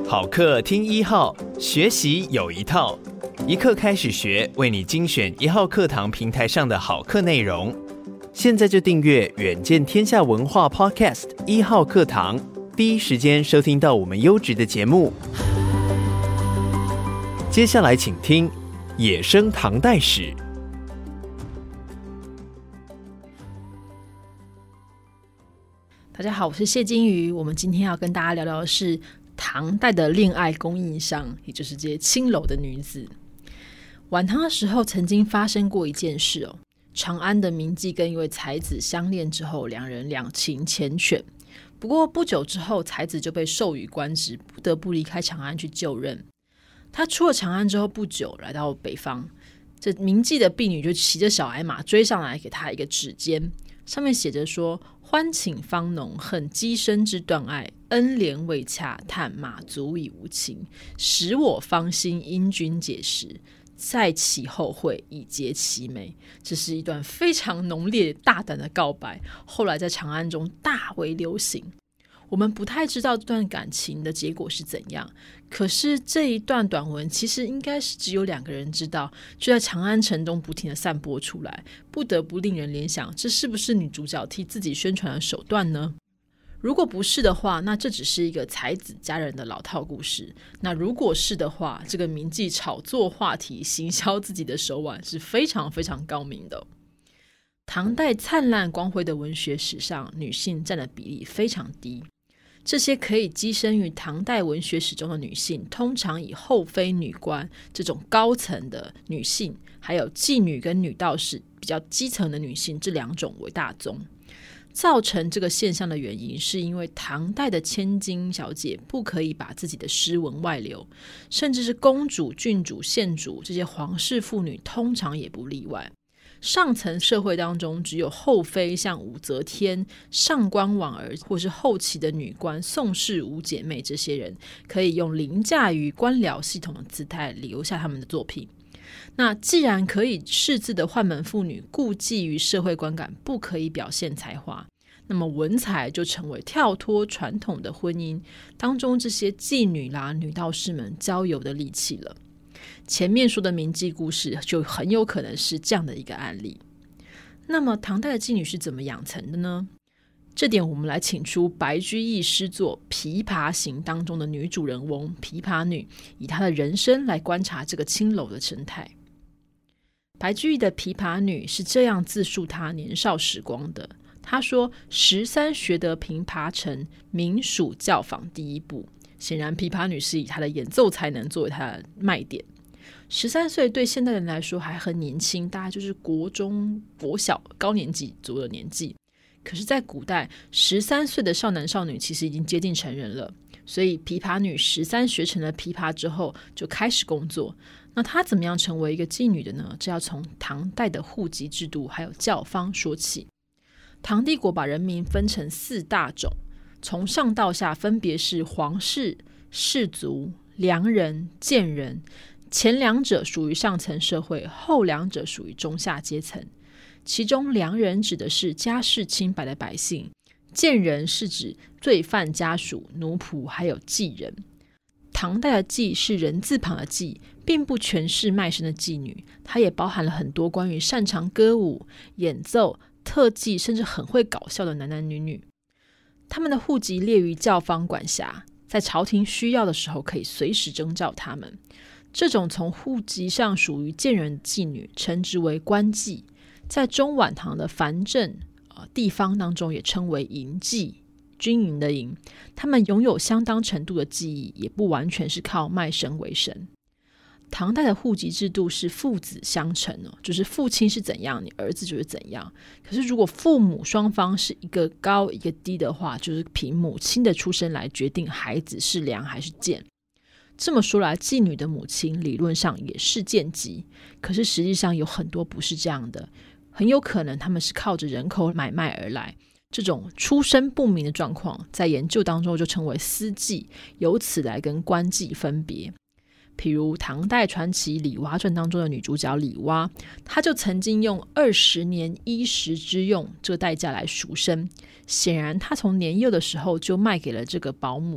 好课听一号，学习有一套，一课开始学，为你精选一号课堂平台上的好课内容。现在就订阅远见天下文化 Podcast 一号课堂，第一时间收听到我们优质的节目。接下来请听《野生唐代史》。 大家好，我是谢金鱼。我们今天要跟大家聊聊的是唐代的恋爱供应商，也就是这些青楼的女子。晚唐的时候曾经发生过一件事哦，长安的名妓跟一位才子相恋之后，两人两情缱绻。不过不久之后，才子就被授予官职，不得不离开长安去就任。他出了长安之后不久，来到北方，这名妓的婢女就骑着小矮马追上来，给他一个指尖，上面写着说：欢请方浓，恨机身之断爱，恩怜未洽，叹马足以无情，使我芳心因君解食，再其后会，以结其美。这是一段非常浓烈大胆的告白，后来在长安中大为流行。我们不太知道这段感情的结果是怎样，可是这一段短文其实应该是只有两个人知道，就在长安城中不停的散播出来，不得不令人联想，这是不是女主角替自己宣传的手段呢？如果不是的话，那这只是一个才子佳人的老套故事。那如果是的话，这个名妓炒作话题行销自己的手腕是非常非常高明的。唐代灿烂光辉的文学史上，女性占的比例非常低。这些可以跻身于唐代文学史中的女性，通常以后妃、女官这种高层的女性，还有妓女跟女道士比较基层的女性这两种为大宗。造成这个现象的原因，是因为唐代的千金小姐不可以把自己的诗文外流，甚至是公主、郡主、县主这些皇室妇女通常也不例外。上层社会当中，只有后妃像武则天、上官婉儿，或是后期的女官宋氏五姐妹这些人，可以用凌驾于官僚系统的姿态留下他们的作品。那既然可以识字的宦门妇女顾忌于社会观感，不可以表现才华，那么文采就成为跳脱传统的婚姻当中这些妓女啦、女道士们交友的利器了。前面说的名妓故事就很有可能是这样的一个案例。那么唐代的妓女是怎么养成的呢？这点我们来请出白居易诗作《琵琶行》当中的女主人翁琵琶女，以她的人生来观察这个青楼的生态。白居易的琵琶女是这样自述她年少时光的，她说13学得琵琶成，名属教坊第一部。显然琵琶女是以她的演奏才能作为她的卖点。13岁对现代人来说还很年轻，大概就是国中、国小高年级左右的年纪。可是在古代13岁的少男少女其实已经接近成人了，所以琵琶女13学成了琵琶之后就开始工作。那她怎么样成为一个妓女的呢？这要从唐代的户籍制度还有教坊说起。唐帝国把人民分成4大种，从上到下分别是皇室、士族、良人、贱人。前两者属于上层社会，后两者属于中下阶层。其中良人指的是家世清白的百姓，贱人是指罪犯家属、奴仆还有妓人。唐代的妓是人字旁的妓，并不全是卖身的妓女，它也包含了很多关于擅长歌舞、演奏、特技甚至很会搞笑的男男女女。他们的户籍列于教坊管辖，在朝廷需要的时候可以随时征召他们。这种从户籍上属于贱人的妓女称之为官妓，在中晚唐的藩镇地方当中也称为营妓，军营的营。他们拥有相当程度的技艺，也不完全是靠卖身为生。唐代的户籍制度是父子相承就是父亲是怎样，你儿子就是怎样。可是如果父母双方是一个高一个低的话，就是凭母亲的出身来决定孩子是良还是贱。这么说来，妓女的母亲理论上也是贱籍，可是实际上有很多不是这样的，很有可能他们是靠着人口买卖而来。这种出身不明的状况，在研究当中就称为私妓，由此来跟官妓分别。譬如唐代传奇《李蛙传》当中的女主角李蛙，她就曾经用20年衣食之用这个代价来赎身。显然她从年幼的时候就卖给了这个保姆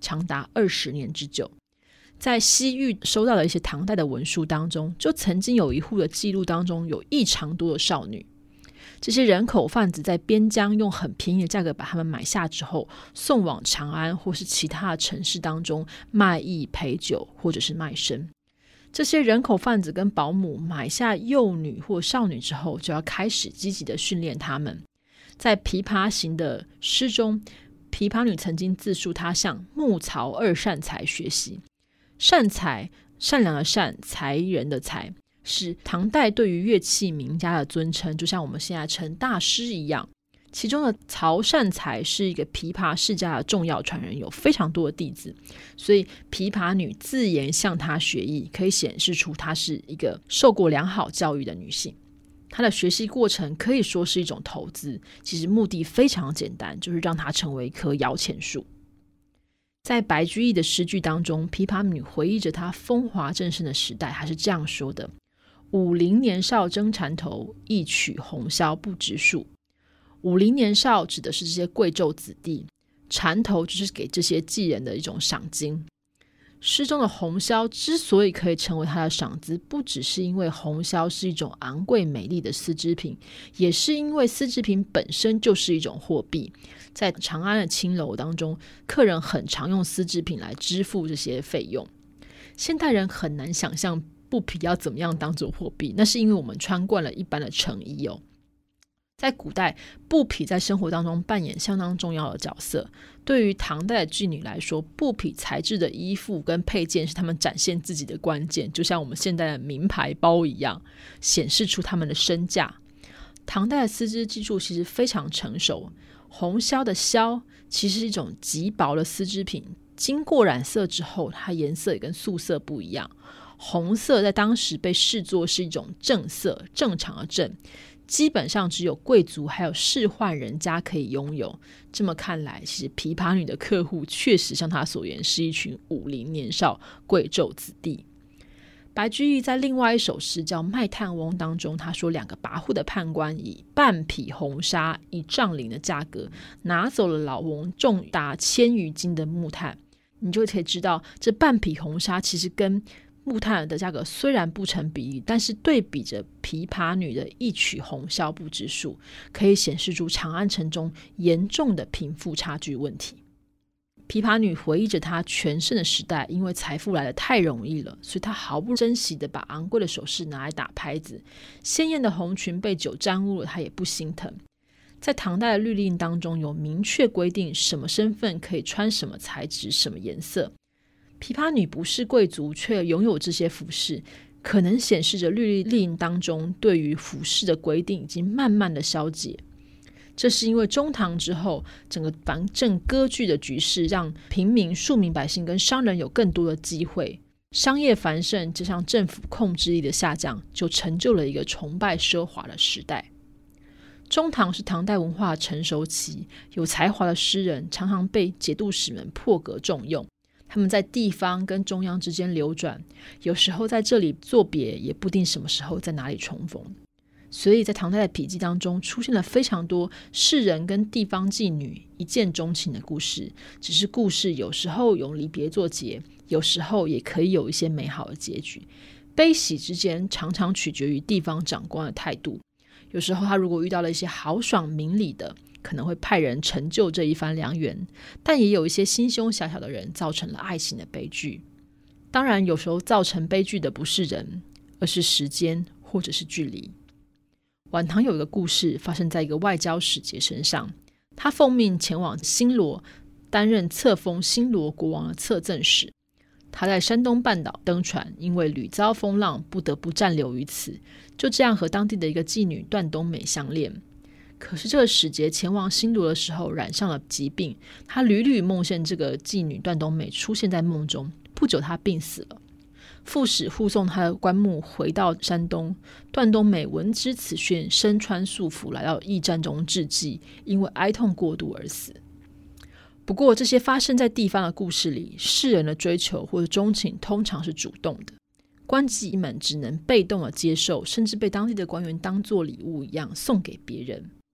长达20年之久。在西域收到的一些唐代的文书当中，就曾经有一户的记录当中有异常多的少女。这些人口贩子在边疆用很便宜的价格把他们买下之后，送往长安或是其他的城市当中卖艺陪酒或者是卖身。这些人口贩子跟保姆买下幼女或少女之后，就要开始积极的训练他们。在《琵琶行》的诗中，琵琶女曾经自述她向木曹二善才学习。善才，善良的善，才人的才，是唐代对于乐器名家的尊称，就像我们现在称大师一样。其中的曹善才是一个琵琶世家的重要传人，有非常多的弟子，所以琵琶女自言向他学艺，可以显示出她是一个受过良好教育的女性。她的学习过程可以说是一种投资，其实目的非常简单，就是让她成为一棵摇钱树。在白居易的诗句当中，琵琶女回忆着她风华正盛的时代，还是这样说的：50年少争缠头，一曲红绡不知数。50年少指的是这些贵胄子弟，缠头就是给这些妓人的一种赏金。诗中的红绡之所以可以成为他的赏资，不只是因为红绡是一种昂贵美丽的丝织品，也是因为丝织品本身就是一种货币。在长安的青楼当中，客人很常用丝织品来支付这些费用。现代人很难想象布匹要怎么样当做货币，那是因为我们穿惯了一般的成衣哦。在古代，布匹在生活当中扮演相当重要的角色。对于唐代的妓女来说，布匹材质的衣服跟配件是他们展现自己的关键，就像我们现在的名牌包一样，显示出他们的身价。唐代的丝织技术其实非常成熟，红绡的绡其实是一种极薄的丝织品，经过染色之后，它颜色也跟素色不一样。红色在当时被视作是一种正色，正常的正，基本上只有贵族还有仕宦人家可以拥有。这么看来，其实琵琶女的客户确实像她所言，是一群50年少贵胄子弟。白居易在另外一首诗叫《卖炭翁》当中，他说2个跋扈的判官以半匹红纱1丈绫的价格拿走了老翁重达1000余斤的木炭。你就可以知道，这半匹红纱其实跟木炭的价格虽然不成比例，但是对比着琵琶女的一曲红绡不知数，可以显示出长安城中严重的贫富差距问题。琵琶女回忆着她全盛的时代，因为财富来得太容易了，所以她毫不珍惜的把昂贵的首饰拿来打拍子，鲜艳的红裙被酒沾污了，她也不心疼。在唐代的律令当中有明确规定什么身份可以穿什么材质什么颜色。琵琶女不是贵族却拥有这些服饰，可能显示着律令当中对于服饰的规定已经慢慢的消解。这是因为中唐之后，整个藩镇割据的局势让平民、庶民百姓跟商人有更多的机会，商业繁盛加上政府控制力的下降，就成就了一个崇拜奢华的时代。中唐是唐代文化成熟期，有才华的诗人常常被节度使们破格重用，他们在地方跟中央之间流转，有时候在这里作别，也不定什么时候在哪里重逢。所以在唐代的笔记当中出现了非常多士人跟地方妓女一见钟情的故事，只是故事有时候用离别作结，有时候也可以有一些美好的结局。悲喜之间常常取决于地方长官的态度，有时候他如果遇到了一些豪爽明理的，可能会派人成就这一番良缘，但也有一些心胸狭小的人造成了爱情的悲剧。当然有时候造成悲剧的不是人，而是时间或者是距离。晚唐有一个故事发生在一个外交使节身上，他奉命前往新罗担任册封新罗国王的册赠使。他在山东半岛登船，因为屡遭风浪不得不暂留于此，就这样和当地的一个妓女段冬美相恋。可是这个使节前往新罗的时候染上了疾病，他屡屡梦见这个妓女段冬美出现在梦中，不久他病死了。副使护送他的棺木回到山东，段冬美闻知此讯，身穿素服来到驿站中致祭，因为哀痛过度而死。不过这些发生在地方的故事里，世人的追求或者钟情通常是主动的，官妓们只能被动的接受，甚至被当地的官员当作礼物一样送给别人。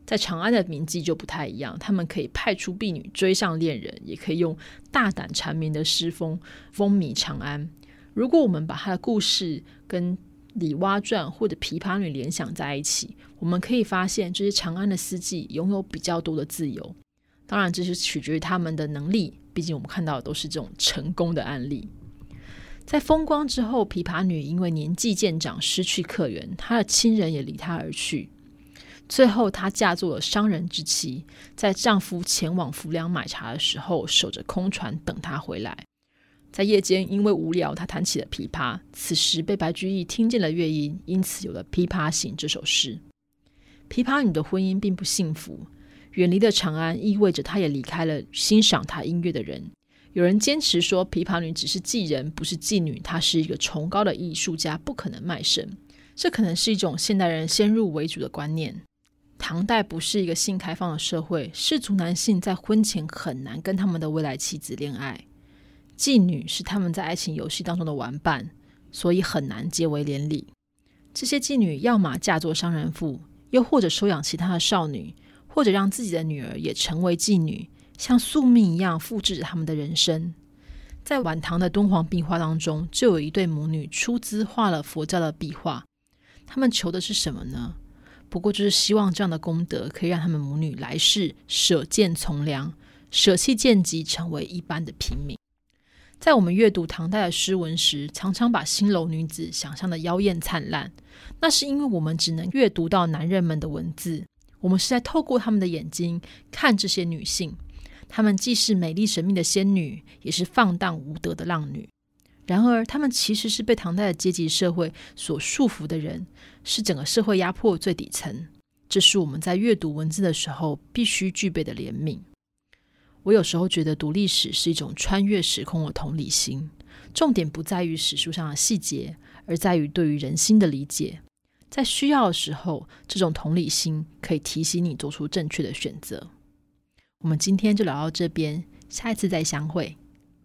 在长安的铭记就不太一样，他们可以派出婢女追上恋人，也可以用大胆缠绵的诗风风靡长安。如果我们把他的故事跟李蛙传或者琵琶女联想在一起，我们可以发现这些长安的司妓拥有比较多的自由。当然这是取决于他们的能力，毕竟我们看到的都是这种成功的案例。在风光之后，琵琶女因为年纪渐长失去客源，她的亲人也离她而去，最后她嫁做了商人之妻，在丈夫前往浮梁买茶的时候守着空船等他回来。在夜间因为无聊，她弹起了琵琶，此时被白居易听见了乐音，因此有了《琵琶行》这首诗。琵琶女的婚姻并不幸福，远离了长安意味着她也离开了欣赏她音乐的人。有人坚持说琵琶女只是妓人，不是妓女，她是一个崇高的艺术家，不可能卖身。这可能是一种现代人先入为主的观念。唐代不是一个性开放的社会，士族男性在婚前很难跟他们的未来妻子恋爱，妓女是他们在爱情游戏当中的玩伴，所以很难结为连理。这些妓女要么嫁作商人妇，又或者收养其他的少女，或者让自己的女儿也成为妓女，像宿命一样复制着他们的人生。在晚唐的敦煌壁画当中，就有一对母女出资画了佛教的壁画，他们求的是什么呢？不过就是希望这样的功德可以让他们母女来世舍贱从良，舍弃贱籍，成为一般的平民。在我们阅读唐代的诗文时，常常把新楼女子想象的妖艳灿烂，那是因为我们只能阅读到男人们的文字，我们是在透过他们的眼睛看这些女性，她们既是美丽神秘的仙女，也是放荡无德的浪女。然而她们其实是被唐代的阶级社会所束缚的人，是整个社会压迫最底层，这是我们在阅读文字的时候必须具备的怜悯。我有时候觉得读历史是一种穿越时空的同理心，重点不在于史书上的细节，而在于对于人心的理解。在需要的时候，这种同理心可以提醒你做出正确的选择。我们今天就聊到这边，下一次再相会。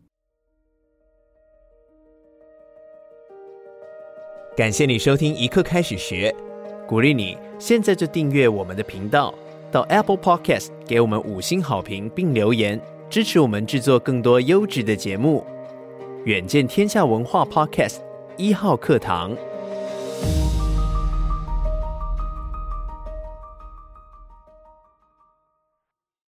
感谢你收听一课开始学，鼓励你现在就订阅我们的频道，到 Apple Podcast 给我们5星好评并留言，支持我们制作更多优质的节目。远见天下文化 Podcast 1号课堂。